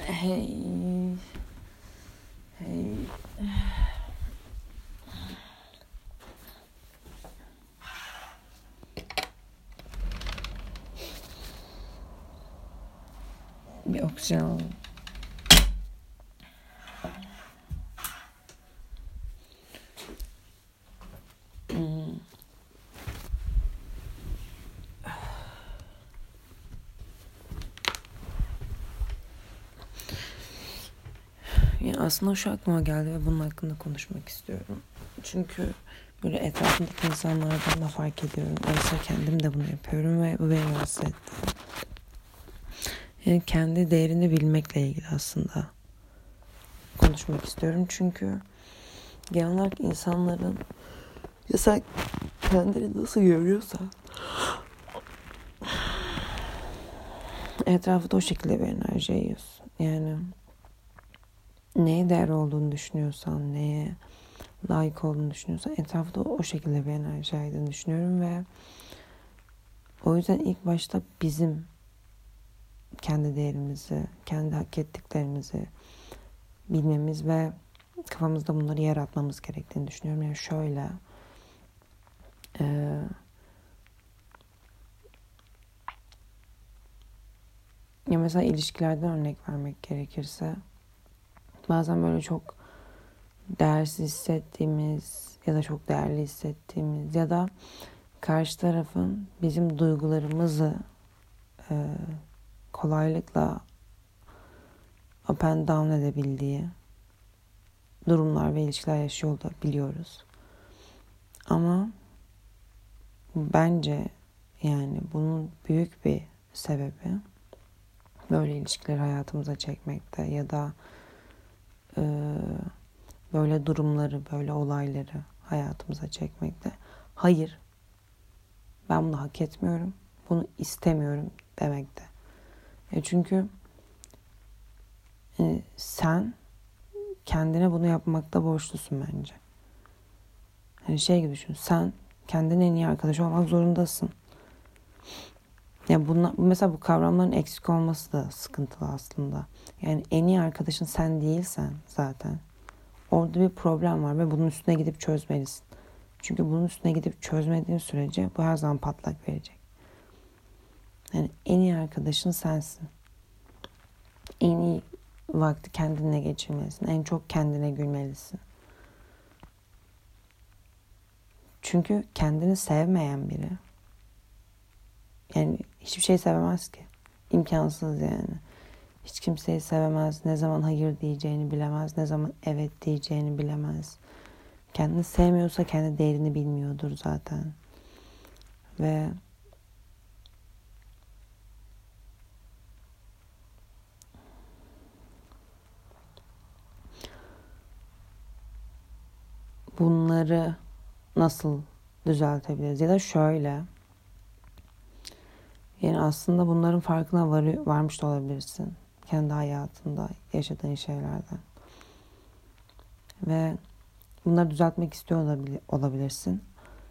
Hey. Bir oksijen alalım. Yani aslında şu aklıma geldi ve bunun hakkında konuşmak istiyorum. Çünkü böyle etrafımdaki insanlardan da fark ediyorum. Oysa kendim de bunu yapıyorum ve bu beni rahatsız etti. Yani kendi değerini bilmekle ilgili aslında konuşmak istiyorum. Çünkü genel olarak insanların ya sen kendini nasıl görüyorsa etrafı da o şekilde bir enerji yayıyorsun. Yani neye değer olduğunu düşünüyorsan, neye layık olduğunu düşünüyorsan etrafı da o şekilde bir enerji yaydığını düşünüyorum ve o yüzden ilk başta bizim kendi değerimizi, kendi hak ettiklerimizi bilmemiz ve kafamızda bunları yaratmamız gerektiğini düşünüyorum. Yani şöyle ya mesela ilişkilerden örnek vermek gerekirse bazen böyle çok değersiz hissettiğimiz ya da çok değerli hissettiğimiz ya da karşı tarafın bizim duygularımızı kolaylıkla up and down edebildiği durumlar ve ilişkiler yaşıyor da biliyoruz. Ama bence yani bunun büyük bir sebebi böyle ilişkileri hayatımıza çekmekte ya da böyle durumları, böyle olayları hayatımıza çekmekte. Hayır, ben bunu hak etmiyorum, bunu istemiyorum demekte. Çünkü sen kendine bunu yapmakta borçlusun bence. Hani şey gibi düşün, sen kendine en iyi arkadaş olmak zorundasın. Yani mesela bu kavramların eksik olması da sıkıntılı aslında. Yani en iyi arkadaşın sen değilsen zaten orada bir problem var ve bunun üstüne gidip çözmelisin. Çünkü bunun üstüne gidip çözmediğin sürece bu her zaman patlak verecek. Yani en iyi arkadaşın sensin. En iyi vakti kendinle geçirmelisin. En çok kendine gülmelisin. Çünkü kendini sevmeyen biri yani hiçbir şey sevemez ki. İmkansız yani. Hiç kimseyi sevemez. Ne zaman hayır diyeceğini bilemez. Ne zaman evet diyeceğini bilemez. Kendini sevmiyorsa kendi değerini bilmiyordur zaten. Ve bunları nasıl düzeltebiliriz? Ya da şöyle. Yani aslında bunların farkına varmış da olabilirsin. Kendi hayatında yaşadığın şeylerden. Ve bunları düzeltmek istiyor olabilirsin.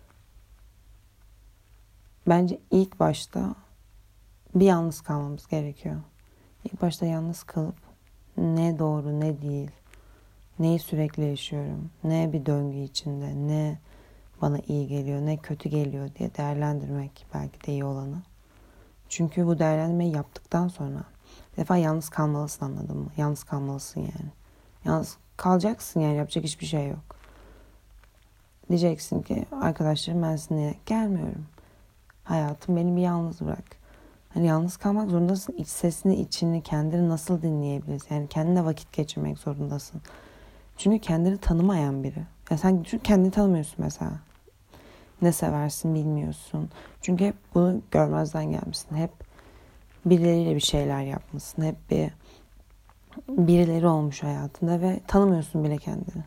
Bence ilk başta bir yalnız kalmamız gerekiyor. İlk başta yalnız kalıp ne doğru ne değil, neyi sürekli yaşıyorum, ne bir döngü içinde, ne bana iyi geliyor, ne kötü geliyor diye değerlendirmek belki de iyi olanı. Çünkü bu değerlendirmeyi yaptıktan sonra bir defa yalnız kalmalısın, anladın mı? Yalnız kalmalısın yani. Yalnız kalacaksın yani, yapacak hiçbir şey yok. Diyeceksin ki arkadaşlarım ben sizinle gelmiyorum. Hayatım beni bir yalnız bırak. Hani yalnız kalmak zorundasın. İç sesini, içini, kendini nasıl dinleyebilirsin? Yani kendine vakit geçirmek zorundasın. Çünkü kendini tanımayan biri. Ya sen kendini tanımıyorsun mesela. Ne seversin bilmiyorsun. Çünkü hep bunu görmezden gelmişsin. Hep birileriyle bir şeyler yapmışsın. Hep birileri olmuş hayatında ve tanımıyorsun bile kendini.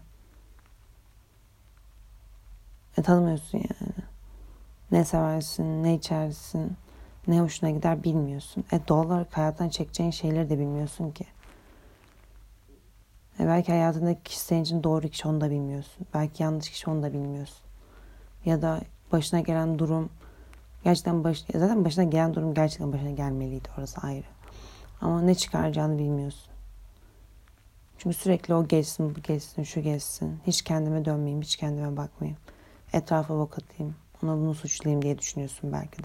Tanımıyorsun yani. Ne seversin, ne içersin, ne hoşuna gider bilmiyorsun. Doğal olarak hayattan çekeceğin şeyleri de bilmiyorsun ki. Belki hayatındaki kişi senin için doğru kişi, onu da bilmiyorsun. Belki yanlış kişi, onu da bilmiyorsun. Ya da başına gelen durum gerçekten zaten başına gelen durum gerçekten başına gelmeliydi, orası ayrı. Ama ne çıkaracağını bilmiyorsun. Çünkü sürekli o geçsin, bu geçsin, şu geçsin. Hiç kendime dönmeyeyim, hiç kendime bakmayayım. Etrafa bak atayım, ona bunu suçlayayım diye düşünüyorsun belki de.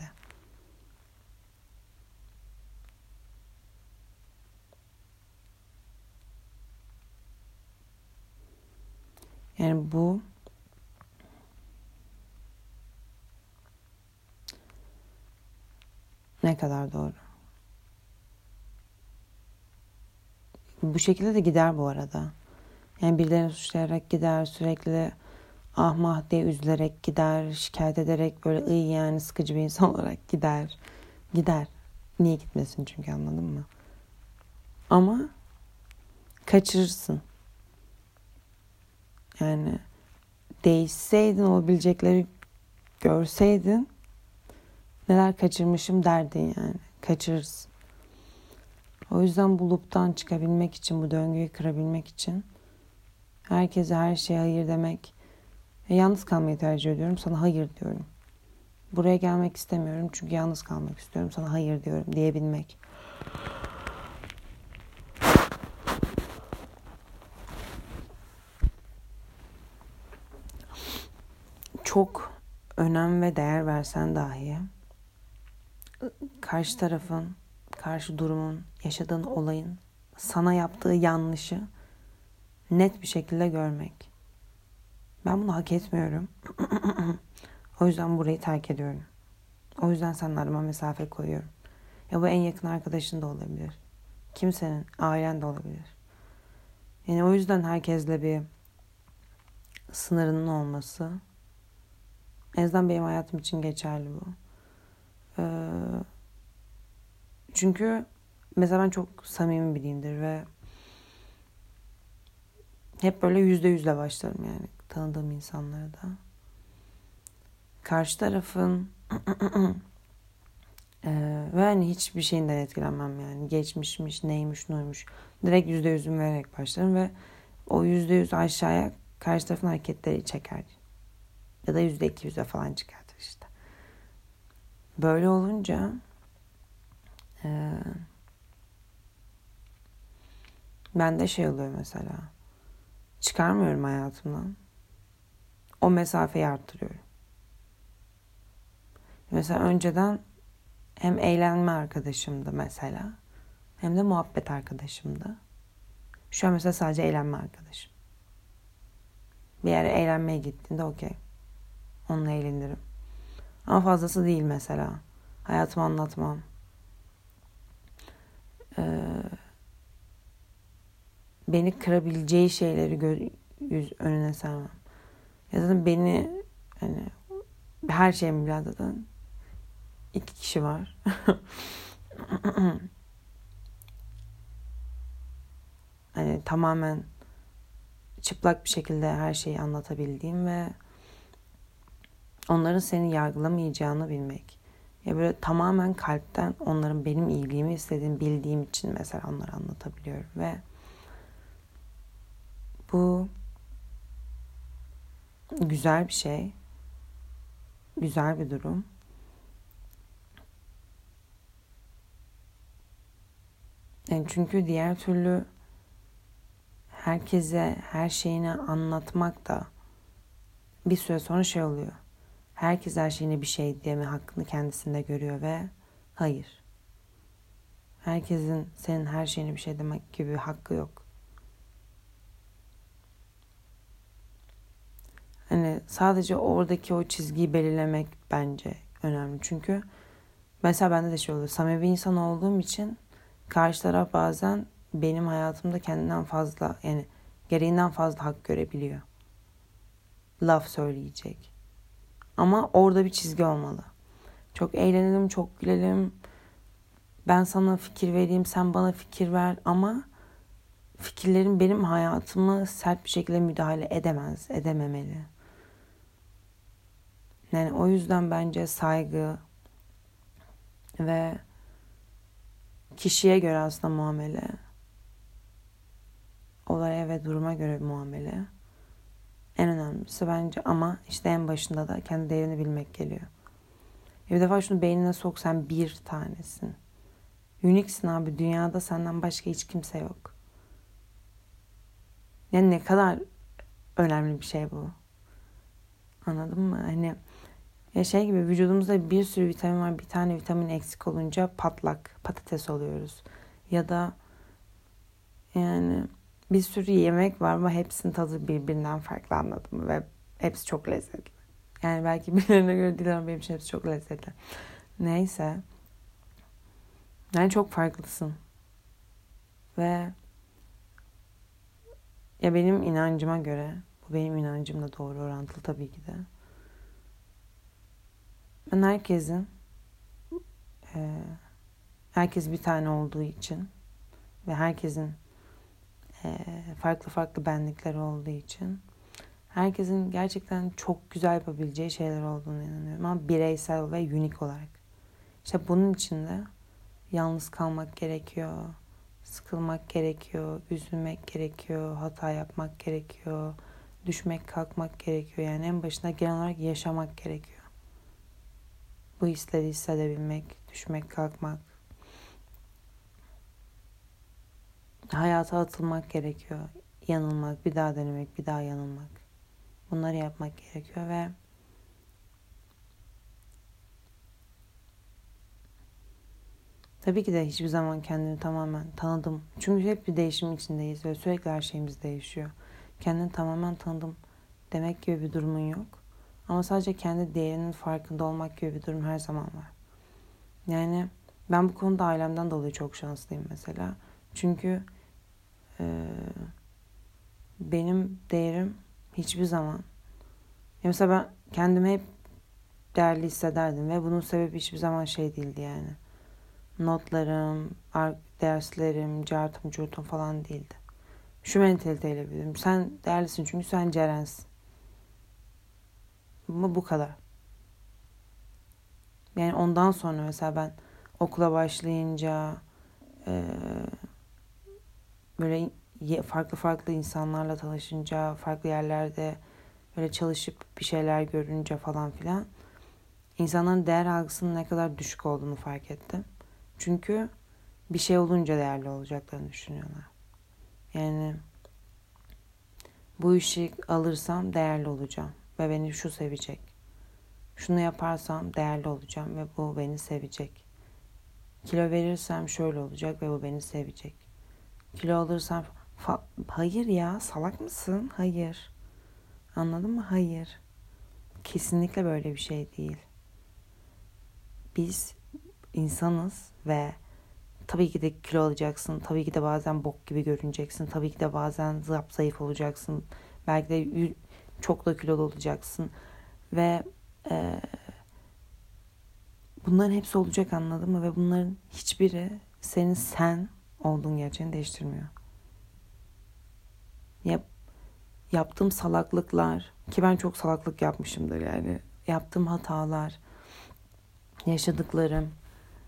Yani bu ne kadar doğru? Bu şekilde de gider bu arada. Yani birilerini suçlayarak gider, sürekli ah mah diye üzülerek gider, şikayet ederek böyle yani sıkıcı bir insan olarak gider. Gider. Niye gitmesin çünkü, anladın mı? Ama kaçırırsın. Yani değişseydin, olabilecekleri görseydin neler kaçırmışım derdin yani. Kaçırırsın. O yüzden bu loop'tan çıkabilmek için, bu döngüyü kırabilmek için herkese her şeye hayır demek. Yalnız kalmayı tercih ediyorum. Sana hayır diyorum. Buraya gelmek istemiyorum çünkü yalnız kalmak istiyorum. Sana hayır diyorum diyebilmek. Çok önem ve değer versen dahi karşı tarafın, karşı durumun, yaşadığın olayın sana yaptığı yanlışı net bir şekilde görmek. Ben bunu hak etmiyorum. O yüzden burayı terk ediyorum. O yüzden seninle arama mesafe koyuyorum. Ya bu en yakın arkadaşın da olabilir. Kimsenin, ailen de olabilir. Yani o yüzden herkesle bir sınırının olması, en azından benim hayatım için geçerli bu. Çünkü mesela ben çok samimi biriyimdir ve hep böyle %100'le başlarım yani tanıdığım insanlara da. Karşı tarafın ve hani hiçbir şeyinden etkilenmem yani. Geçmişmiş, neymiş, neymiş. Direkt %100'ümü vererek başlarım ve o %100 aşağıya karşı tarafın hareketleri çeker. Ya da %200'e falan çıkartır işte. Böyle olunca bende şey oluyor mesela. Çıkarmıyorum hayatımdan. O mesafeyi arttırıyorum. Mesela önceden hem eğlenme arkadaşımdı mesela, hem de muhabbet arkadaşımdı. Şu an mesela sadece eğlenme arkadaşım. Bir yere eğlenmeye gittiğinde okey. Onunla eğlenirim. Ama fazlası değil mesela. Hayatımı anlatmam. Beni kırabileceği şeyleri önüne sermem. Ya da beni hani her şeyimi bilen zaten 2 kişi var. Hani tamamen çıplak bir şekilde her şeyi anlatabildiğim ve onların seni yargılamayacağını bilmek. Ya böyle tamamen kalpten onların benim iyiliğimi istediğini bildiğim için mesela onları anlatabiliyorum ve bu güzel bir şey. Güzel bir durum. Yani çünkü diğer türlü herkese her şeyini anlatmak da bir süre sonra şey oluyor. Herkes her şeyine bir şey deme hakkını kendisinde görüyor ve hayır. Herkesin senin her şeyine bir şey demek gibi bir hakkı yok. Hani sadece oradaki o çizgiyi belirlemek bence önemli. Çünkü mesela bende de şey oluyor. Samimi bir insan olduğum için karşı taraf bazen benim hayatımda kendinden fazla, yani gereğinden fazla hak görebiliyor. Laf söyleyecek. Ama orada bir çizgi olmalı. Çok eğlenelim, çok gülelim. Ben sana fikir vereyim, sen bana fikir ver. Ama fikirlerin benim hayatımı sert bir şekilde müdahale edememeli. Yani o yüzden bence saygı ve kişiye göre aslında muamele, olaya ve duruma göre bir muamele en önemlisi bence, ama işte en başında da kendi değerini bilmek geliyor. Bir defa şunu beynine sok, sen bir tanesin. Unique'sin abi, dünyada senden başka hiç kimse yok. Yani ne kadar önemli bir şey bu. Anladın mı? Hani ya şey gibi, vücudumuzda bir sürü vitamin var. Bir tane vitamin eksik olunca patlak, patates oluyoruz. Ya da yani bir sürü yemek var ama hepsinin tadı birbirinden farklı, anladın mı? Ve hepsi çok lezzetli. Yani belki birilerine göre değil ama benim için hepsi çok lezzetli. Neyse. Yani çok farklısın. Ve ya benim inancıma göre, bu benim inancımla doğru orantılı tabii ki de. Ben herkes bir tane olduğu için ve herkesin farklı farklı benlikleri olduğu için herkesin gerçekten çok güzel yapabileceği şeyler olduğunu inanıyorum. Ama bireysel ve unik olarak. İşte bunun için de yalnız kalmak gerekiyor. Sıkılmak gerekiyor. Üzülmek gerekiyor. Hata yapmak gerekiyor. Düşmek, kalkmak gerekiyor. Yani en başında genel olarak yaşamak gerekiyor. Bu hisleri hissedebilmek, düşmek, kalkmak. Hayata atılmak gerekiyor. Yanılmak, bir daha denemek, bir daha yanılmak. Bunları yapmak gerekiyor ve tabii ki de hiçbir zaman kendini tamamen tanıdım. Çünkü hep bir değişim içindeyiz ve sürekli her şeyimiz değişiyor. Kendini tamamen tanıdım demek gibi bir durumun yok. Ama sadece kendi değerinin farkında olmak gibi bir durum her zaman var. Yani ben bu konuda ailemden dolayı çok şanslıyım mesela. Çünkü benim değerim hiçbir zaman... Mesela ben kendimi hep değerli hissederdim ve bunun sebebi hiçbir zaman şey değildi yani. Notlarım, derslerim, cartım, curtum falan değildi. Şu mentaliteyle büyüdüm. Sen değerlisin çünkü sen Ceren'sin. Bu kadar. Yani ondan sonra mesela ben okula başlayınca böyle farklı farklı insanlarla tanışınca, farklı yerlerde böyle çalışıp bir şeyler görünce falan filan insanların değer algısının ne kadar düşük olduğunu fark ettim. Çünkü bir şey olunca değerli olacaklarını düşünüyorlar. Yani bu işi alırsam değerli olacağım ve beni şu sevecek. Şunu yaparsam değerli olacağım ve bu beni sevecek. Kilo verirsem şöyle olacak ve bu beni sevecek. Kilo alırsam... Hayır ya, salak mısın? Hayır. Anladın mı? Hayır. Kesinlikle böyle bir şey değil. Biz insanız ve tabii ki de kilo alacaksın. Tabii ki de bazen bok gibi görüneceksin. Tabii ki de bazen zayıf olacaksın. Belki de çok da kilolu olacaksın. Ve bunların hepsi olacak, anladın mı? Ve bunların hiçbiri senin sen olduğun gerçeğini değiştirmiyor. Yaptığım salaklıklar, ki ben çok salaklık yapmışımdır yani. Yaptığım hatalar, yaşadıklarım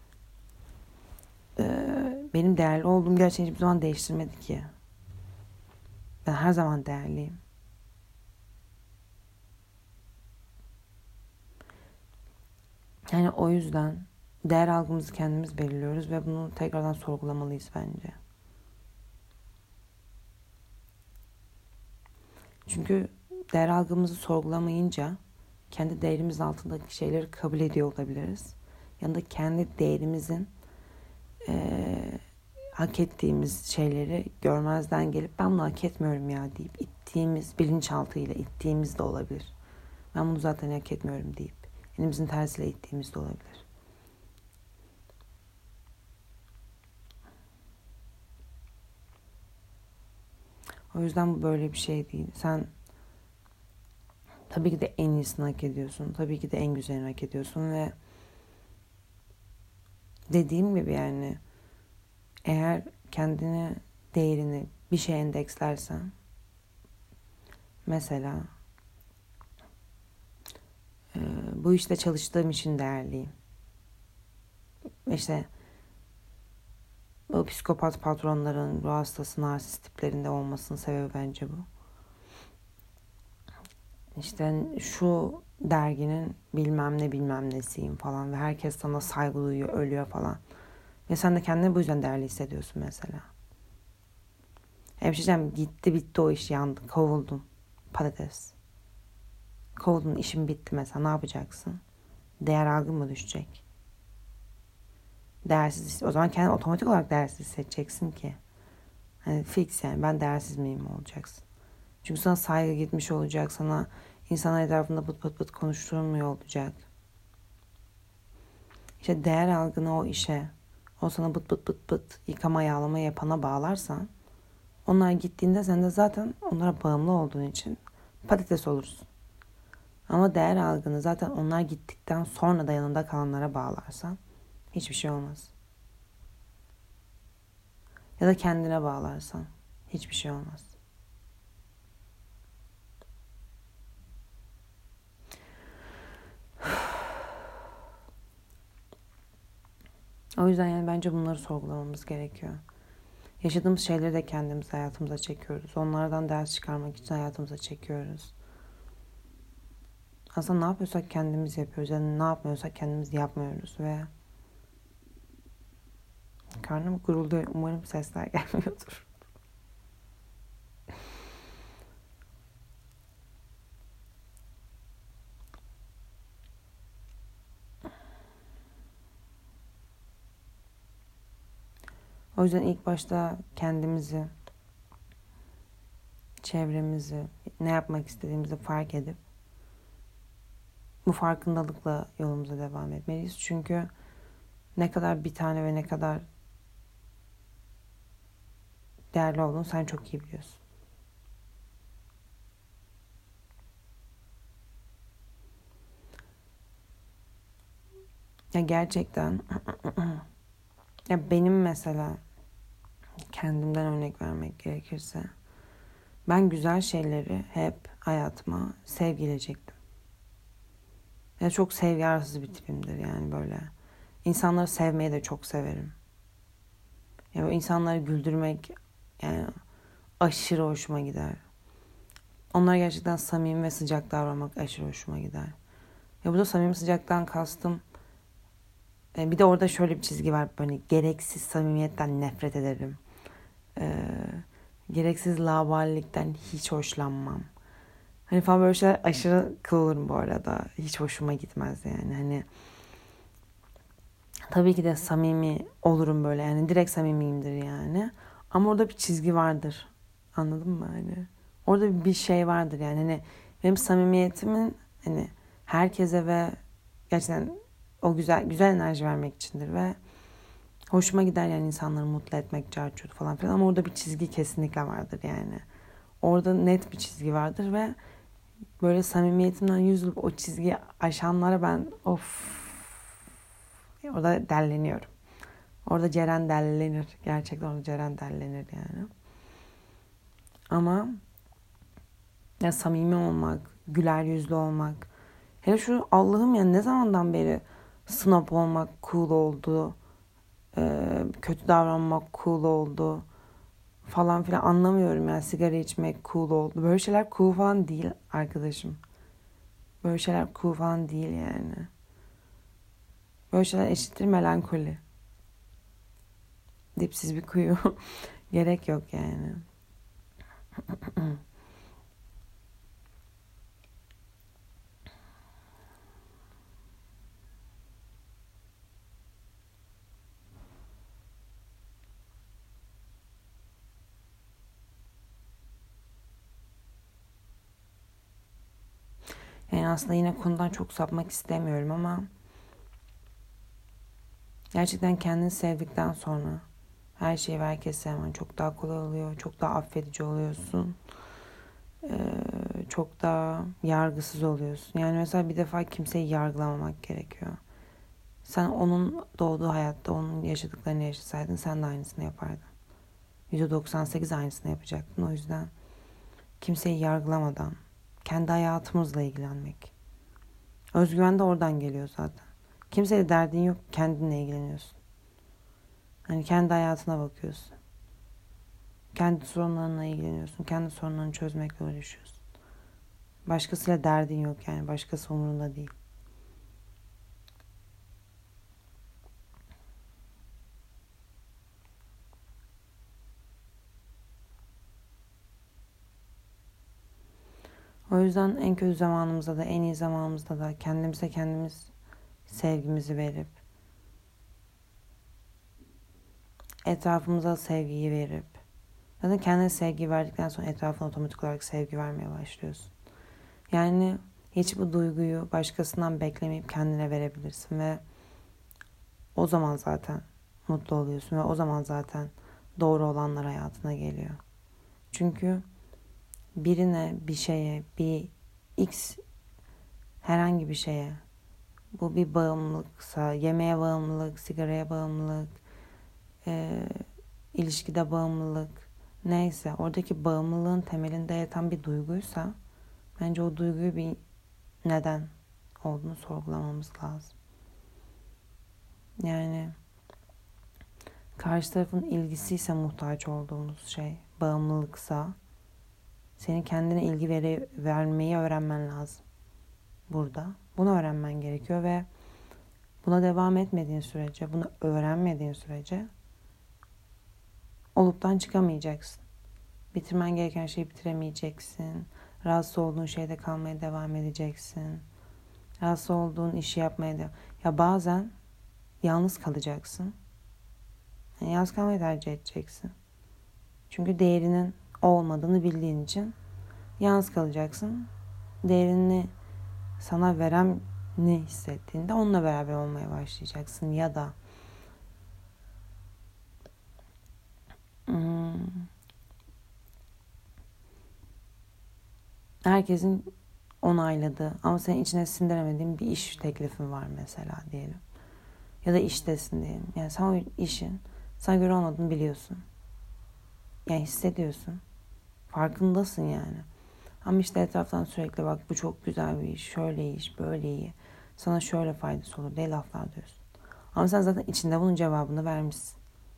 benim değerli olduğum gerçeğini hiçbir zaman değiştirmedi ki. Ben her zaman değerliyim. Yani o yüzden değer algımızı kendimiz belirliyoruz ve bunu tekrardan sorgulamalıyız bence. Çünkü değer algımızı sorgulamayınca kendi değerimizin altındaki şeyleri kabul ediyor olabiliriz. Ya da kendi değerimizin hak ettiğimiz şeyleri görmezden gelip ben bunu hak etmiyorum ya deyip bilinçaltıyla ittiğimiz de olabilir. Ben bunu zaten hak etmiyorum deyip elimizin tersiyle ittiğimiz de olabilir. O yüzden bu böyle bir şey değil. Sen tabii ki de en iyisini hak ediyorsun. Tabii ki de en güzelini hak ediyorsun ve dediğim gibi yani eğer kendine değerini bir şeye endekslersen, mesela bu işte çalıştığım için değerliyim. İşte o psikopat patronların, ruh hastası, narsist tiplerinde olmasının sebebi bence bu. İşte şu derginin bilmem nesiyim falan ve herkes sana saygı duyuyor, ölüyor falan. Ve sen de kendini bu yüzden değerli hissediyorsun mesela. Bir şey diyeceğim, gitti bitti o iş, yandı, kovuldun. Patates. Kovuldun, işin bitti mesela, ne yapacaksın? Değer algın mı düşecek? Değersiz, o zaman kendini otomatik olarak değersiz hissedeceksin ki. Hani fix yani, ben değersiz miyim olacaksın. Çünkü sana saygı gitmiş olacak. Sana insanlar etrafında pıt pıt pıt konuşturulmuyor olacak. İşte değer algını o işe, o sana pıt pıt pıt pıt yıkama yağlama yapana bağlarsan, onlar gittiğinde sen de zaten onlara bağımlı olduğun için patates olursun. Ama değer algını zaten onlar gittikten sonra da yanında kalanlara bağlarsan hiçbir şey olmaz. Ya da kendine bağlarsan hiçbir şey olmaz. O yüzden yani bence bunları sorgulamamız gerekiyor. Yaşadığımız şeyleri de kendimiz hayatımıza çekiyoruz. Onlardan ders çıkarmak için hayatımıza çekiyoruz. Aslında ne yapıyorsak kendimiz yapıyoruz. Yani ne yapmıyorsak kendimiz yapmıyoruz ve karnım gurulduyor. Umarım sesler gelmiyordur. O yüzden ilk başta kendimizi, çevremizi, ne yapmak istediğimizi fark edip bu farkındalıkla yolumuza devam etmeliyiz. Çünkü ne kadar bir tane ve ne kadar değerli olduğunu sen çok iyi biliyorsun. Ya gerçekten ya benim mesela kendimden örnek vermek gerekirse, ben güzel şeyleri hep hayatıma sevgiyle çektim. Ya çok sevgi arsız bir tipimdir yani böyle. İnsanları sevmeyi de çok severim. Ya böyle insanları güldürmek yani aşırı hoşuma gider. Onlar gerçekten samimi ve sıcak davranmak aşırı hoşuma gider. Ya burada samimi sıcaktan kastım. Bir de orada şöyle bir çizgi var. Böyle gereksiz samimiyetten nefret ederim. Gereksiz laubalilikten hiç hoşlanmam. Hani falan böyle şeyler aşırı kılırım bu arada. Hiç hoşuma gitmez yani. Hani tabii ki de samimi olurum böyle. Yani direkt samimiyimdir yani. Ama orada bir çizgi vardır. Anladın mı? Hani orada bir şey vardır yani. Hani benim samimiyetimin hani herkese ve gerçekten o güzel enerji vermek içindir ve hoşuma gider yani insanları mutlu etmek, çarçur falan filan, ama orada bir çizgi kesinlikle vardır yani. Orada net bir çizgi vardır ve böyle samimiyetimden yüzülüp o çizgiyi aşanlara ben orada delleniyorum. Orada Ceren dellenir. Gerçekten orada Ceren dellenir yani. Ama ya samimi olmak, güler yüzlü olmak. Hele şu Allah'ım ya, ne zamandan beri snob olmak cool oldu. Kötü davranmak cool oldu. Falan filan anlamıyorum yani, sigara içmek cool oldu. Böyle şeyler cool falan değil arkadaşım. Böyle şeyler cool falan değil yani. Böyle şeyler eşittir melankoli. Dipsiz bir kuyu. Gerek yok yani. Yani aslında yine konudan çok sapmak istemiyorum ama gerçekten kendini sevdikten sonra her şeyi ve herkesi sevmen çok daha kolay oluyor. Çok daha affedici oluyorsun. Çok daha yargısız oluyorsun. Yani mesela bir defa kimseyi yargılamamak gerekiyor. Sen onun doğduğu hayatta onun yaşadıklarını yaşasaydın sen de aynısını yapardın. %98 aynısını yapacaktın. O yüzden kimseyi yargılamadan kendi hayatımızla ilgilenmek. Özgüven de oradan geliyor zaten. Kimseyle derdin yok, kendinle ilgileniyorsun. Hani kendi hayatına bakıyorsun. Kendi sorunlarınla ilgileniyorsun. Kendi sorunlarını çözmekle uğraşıyorsun. Başkasıyla derdin yok yani. Başkası umurunda değil. O yüzden en kötü zamanımızda da en iyi zamanımızda da kendimize kendimiz sevgimizi verip etrafımıza sevgiyi verip zaten kendine sevgi verdikten sonra etrafına otomatik olarak sevgi vermeye başlıyorsun. Yani hiç bu duyguyu başkasından beklemeyip kendine verebilirsin ve o zaman zaten mutlu oluyorsun ve o zaman zaten doğru olanlar hayatına geliyor. Çünkü birine, bir şeye, bir X herhangi bir şeye, bu bir bağımlılıksa, yemeğe bağımlılık, sigaraya bağımlılık, ilişkide bağımlılık, neyse oradaki bağımlılığın temelinde yatan bir duyguysa bence o duyguyu bir neden olduğunu sorgulamamız lazım. Yani karşı tarafın ilgisi ise muhtaç olduğumuz şey, bağımlılıksa senin kendine ilgi vermeyi öğrenmen lazım burada. Bunu öğrenmen gerekiyor ve buna devam etmediğin sürece, bunu öğrenmediğin sürece oluptan çıkamayacaksın. Bitirmen gereken şeyi bitiremeyeceksin. Rahatsız olduğun şeyde kalmaya devam edeceksin. Rahatsız olduğun işi yapmaya devam. Ya bazen yalnız kalacaksın. Yani yalnız kalmayı tercih edeceksin. Çünkü değerinin olmadığını bildiğin için yalnız kalacaksın. Değerini sana veren ne hissettiğinde onunla beraber olmaya başlayacaksın. Ya da herkesin onayladığı ama senin içine sindiremediğin bir iş teklifin var mesela diyelim. Ya da iştesin diyelim. Yani sen o işin sana göre olmadığını biliyorsun. Yani hissediyorsun. Farkındasın yani. Ama işte etraftan sürekli bak bu çok güzel bir iş, şöyle iş, böyle iyi. Sana şöyle faydası olur diye laflar diyorsun. Ama sen zaten içinde bunun cevabını vermişsin.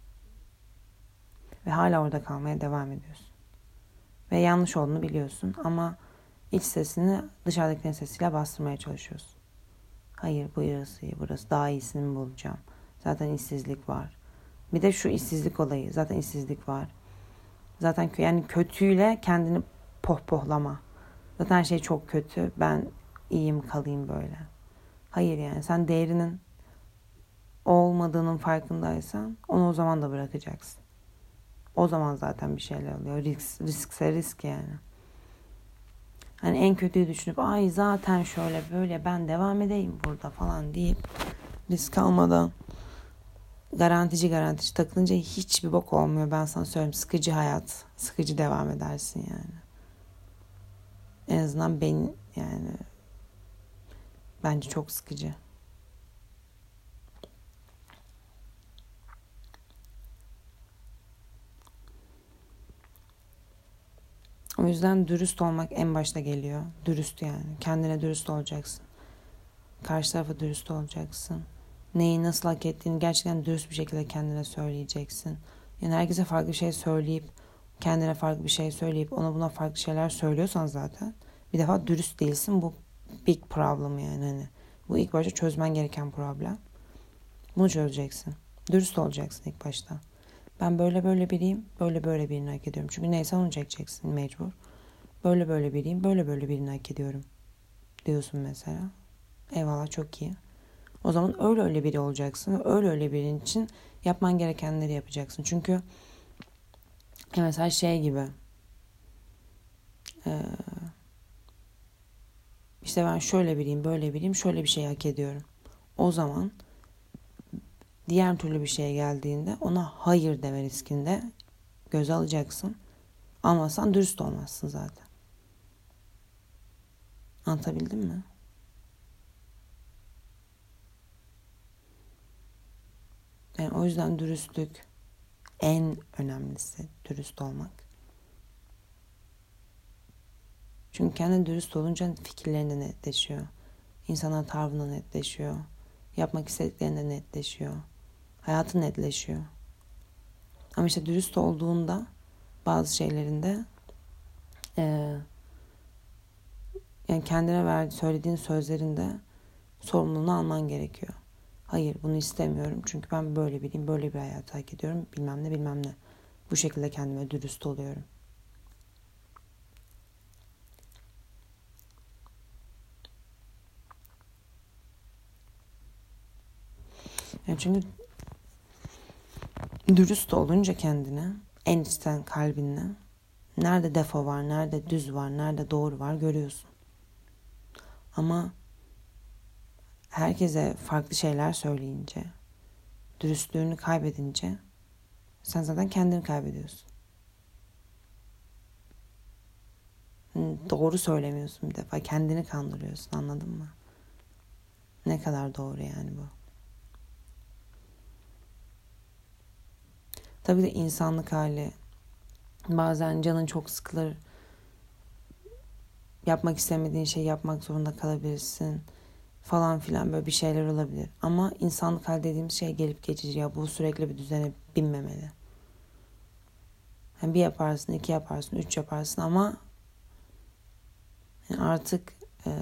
Ve hala orada kalmaya devam ediyorsun. Ve yanlış olduğunu biliyorsun ama iç sesini dışarıdakilerin sesiyle bastırmaya çalışıyorsun. Hayır burası iyi, burası daha iyisini mi bulacağım? Zaten işsizlik var. Bir de şu işsizlik olayı, zaten işsizlik var. Zaten yani kötüyle kendini pohpohlama. Zaten her şey çok kötü, ben iyiyim kalayım böyle. Hayır yani sen değerinin olmadığının farkındaysan onu o zaman da bırakacaksın. O zaman zaten bir şeyler oluyor. Riskse risk yani. Hani en kötüyü düşünüp ay zaten şöyle böyle ben devam edeyim burada falan deyip risk almadan garantici takılınca hiçbir bok olmuyor. Ben sana söyleyeyim, sıkıcı hayat. Sıkıcı devam edersin yani. En azından ben yani bence çok sıkıcı. O yüzden dürüst olmak en başta geliyor. Dürüst yani. Kendine dürüst olacaksın. Karşı tarafa dürüst olacaksın. Neyi nasıl hak ettiğini gerçekten dürüst bir şekilde kendine söyleyeceksin. Yani herkese farklı bir şey söyleyip, kendine farklı bir şey söyleyip, ona buna farklı şeyler söylüyorsan zaten bir defa dürüst değilsin. Bu big problem yani hani. Bu ilk başta çözmen gereken problem. Bunu çözeceksin. Dürüst olacaksın ilk başta. Ben böyle biriyim, böyle birini hak ediyorum. Çünkü neyse onu çekeceksin mecbur. Böyle biriyim, böyle birini hak ediyorum diyorsun mesela. Eyvallah çok iyi. O zaman öyle biri olacaksın ve öyle birinin için yapman gerekenleri yapacaksın. Çünkü mesela şey gibi işte ben şöyle biriyim, böyle biriyim, şöyle bir şey hak ediyorum. O zaman diğer türlü bir şeye geldiğinde ona hayır deme riskinde göze alacaksın. Almazsan dürüst olmazsın zaten. Anlatabildim mi? Yani o yüzden dürüstlük en önemlisi, dürüst olmak. Çünkü kendine dürüst olunca fikirlerin de netleşiyor. İnsana tavrına netleşiyor. Yapmak istediklerinde netleşiyor. Hayatın netleşiyor. Ama işte dürüst olduğunda bazı şeylerinde yani kendine söylediğin sözlerinde sorumluluğunu alman gerekiyor. Hayır bunu istemiyorum çünkü ben böyle biriyim, böyle bir hayatı hak ediyorum bilmem ne. Bu şekilde kendime dürüst oluyorum. Yani çünkü dürüst olunca kendine, en içten kalbinle, nerede defo var, nerede düz var, nerede doğru var görüyorsun. Ama herkese farklı şeyler söyleyince, dürüstlüğünü kaybedince sen zaten kendini kaybediyorsun. Doğru söylemiyorsun bir defa. Kendini kandırıyorsun, anladın mı? Ne kadar doğru yani bu. Tabii de insanlık hali. Bazen canın çok sıkılır. Yapmak istemediğin şeyi yapmak zorunda kalabilirsin. Falan filan böyle bir şeyler olabilir. Ama insanlık hali dediğimiz şey gelip geçici. Ya bu sürekli bir düzene binmemeli. Yani bir yaparsın, 2 yaparsın, 3 yaparsın ama yani artık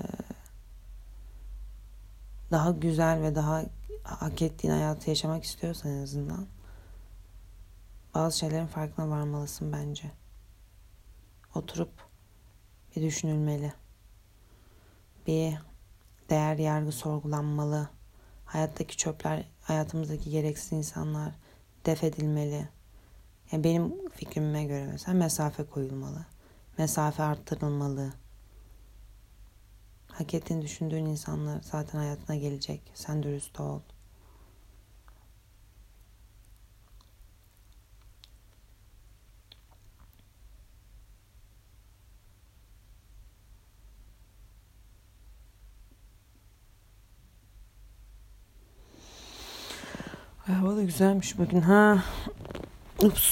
daha güzel ve daha hak ettiğin hayatı yaşamak istiyorsan en azından bazı şeylerin farkına varmalısın bence. Oturup bir düşünülmeli. Bir değer yargı sorgulanmalı. Hayattaki çöpler, hayatımızdaki gereksiz insanlar def edilmeli. Yani benim fikrime göre mesela mesafe koyulmalı. Mesafe arttırılmalı. Hak ettiğini düşündüğün insanlar zaten hayatına gelecek. Sen dürüst ol. Hava da güzelmiş bugün. Ups.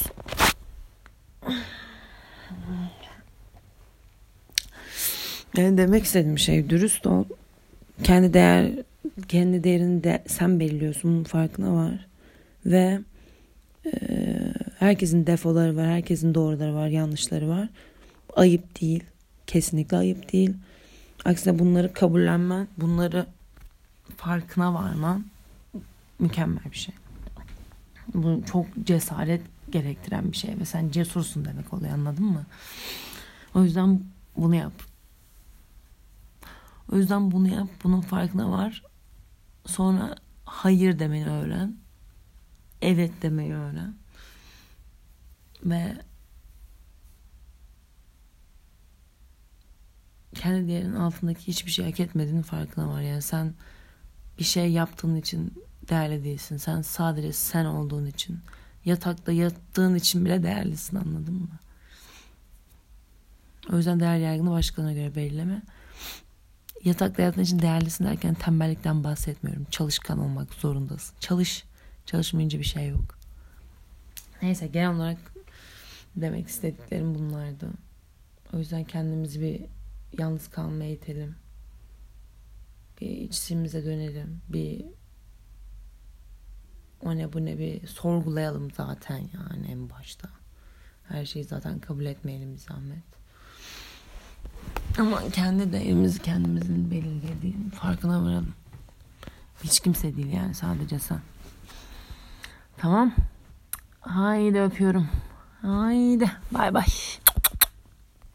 Yani demek istediğim şey dürüst ol. Kendi değerini de sen belirliyorsun. Bunun farkına var. Ve herkesin defoları var. Herkesin doğruları var. Yanlışları var. Ayıp değil. Kesinlikle ayıp değil. Aksine bunları kabullenmen, bunları farkına varman mükemmel bir şey. Bu çok cesaret gerektiren bir şey ve sen cesursun demek oluyor, anladın mı? O yüzden bunu yap. Bunun farkına var. Sonra hayır demeyi öğren. Evet demeyi öğren. Ve kendi değerinin altındaki hiçbir şey hak etmediğinin farkına var. Yani sen bir şey yaptığın için değerli değilsin. Sen sadece sen olduğun için, yatakta yattığın için bile değerlisin, anladın mı? O yüzden değer yargını başkalarına göre belirleme. Yatakta yattığın için değerlisin derken tembellikten bahsetmiyorum. Çalışkan olmak zorundasın. Çalışmayınca bir şey yok. Neyse, genel olarak demek istediklerim bunlardı. O yüzden kendimizi bir yalnız kalmaya itelim. Bir içimize dönelim. Bir o ne bu ne bir sorgulayalım zaten yani en başta. Her şeyi zaten kabul etmeyelim bir zahmet. Ama kendi değerimizi kendimizin belirlediğinin farkına varalım. Hiç kimse değil yani, sadece sen. Tamam. Haydi öpüyorum. Haydi bay bay.